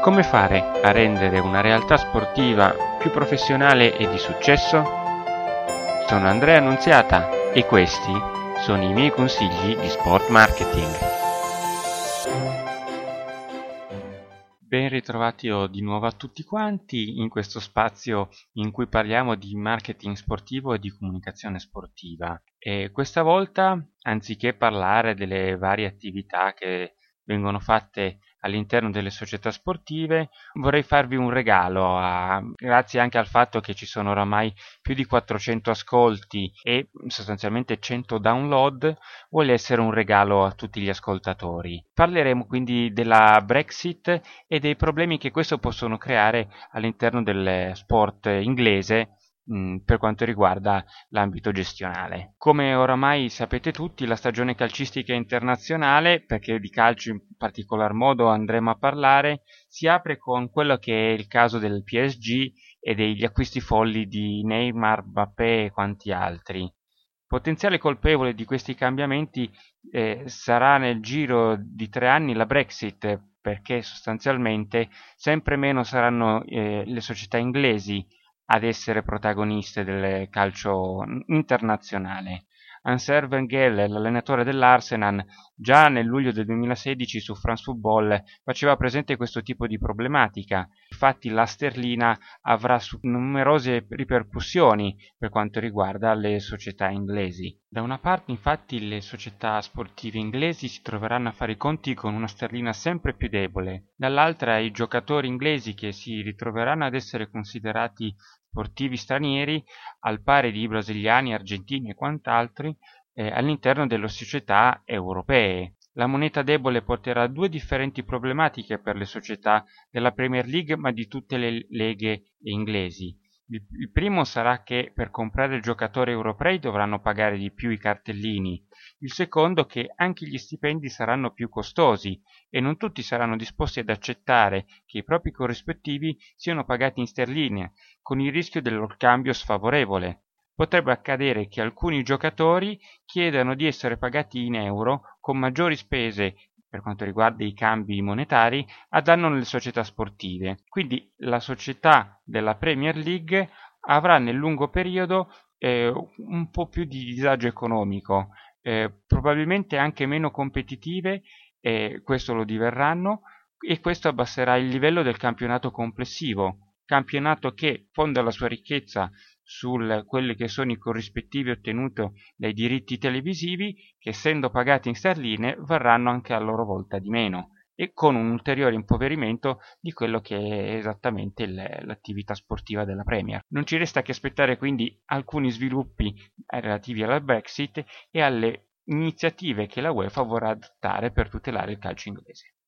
Come fare a rendere una realtà sportiva più professionale e di successo? Sono Andrea Annunziata e questi sono i miei consigli di sport marketing. Ben ritrovati di nuovo a tutti quanti in questo spazio in cui parliamo di marketing sportivo e di comunicazione sportiva. E questa volta, anziché parlare delle varie attività che vengono fatte all'interno delle società sportive, vorrei farvi un regalo, grazie anche al fatto che ci sono oramai più di 400 ascolti e sostanzialmente 100 download, vuole essere un regalo a tutti gli ascoltatori. Parleremo quindi della Brexit e dei problemi che questo possono creare all'interno del sport inglese per quanto riguarda l'ambito gestionale. Come oramai sapete tutti, la stagione calcistica internazionale, perché di calcio in particolar modo andremo a parlare, si apre con quello che è il caso del PSG e degli acquisti folli di Neymar, Mbappé e quanti altri. Potenziale colpevole di questi cambiamenti sarà nel giro di 3 anni la Brexit, perché sostanzialmente sempre meno saranno le società inglesi ad essere protagoniste del calcio internazionale. Ansel Wenger, l'allenatore dell'Arsenal, già nel luglio del 2016 su France Football faceva presente questo tipo di problematica. Infatti la sterlina avrà numerose ripercussioni per quanto riguarda le società inglesi. Da una parte infatti le società sportive inglesi si troveranno a fare i conti con una sterlina sempre più debole, dall'altra i giocatori inglesi che si ritroveranno ad essere considerati sportivi stranieri al pari di brasiliani, argentini e quant'altri all'interno delle società europee. La moneta debole porterà a due differenti problematiche per le società della Premier League ma di tutte le leghe inglesi. Il primo sarà che per comprare giocatori europei dovranno pagare di più i cartellini, il secondo che anche gli stipendi saranno più costosi e non tutti saranno disposti ad accettare che i propri corrispettivi siano pagati in sterline, con il rischio del loro cambio sfavorevole. Potrebbe accadere che alcuni giocatori chiedano di essere pagati in euro con maggiori spese per quanto riguarda i cambi monetari a danno delle società sportive. Quindi la società della Premier League avrà nel lungo periodo un po' più di disagio economico, probabilmente anche meno competitive, questo lo diverranno, e questo abbasserà il livello del campionato complessivo, campionato che fonda la sua ricchezza su quelli che sono i corrispettivi ottenuti dai diritti televisivi, che essendo pagati in sterline varranno anche a loro volta di meno, e con un ulteriore impoverimento di quello che è esattamente l'attività sportiva della Premier. Non ci resta che aspettare quindi alcuni sviluppi relativi alla Brexit e alle iniziative che la UEFA vorrà adottare per tutelare il calcio inglese.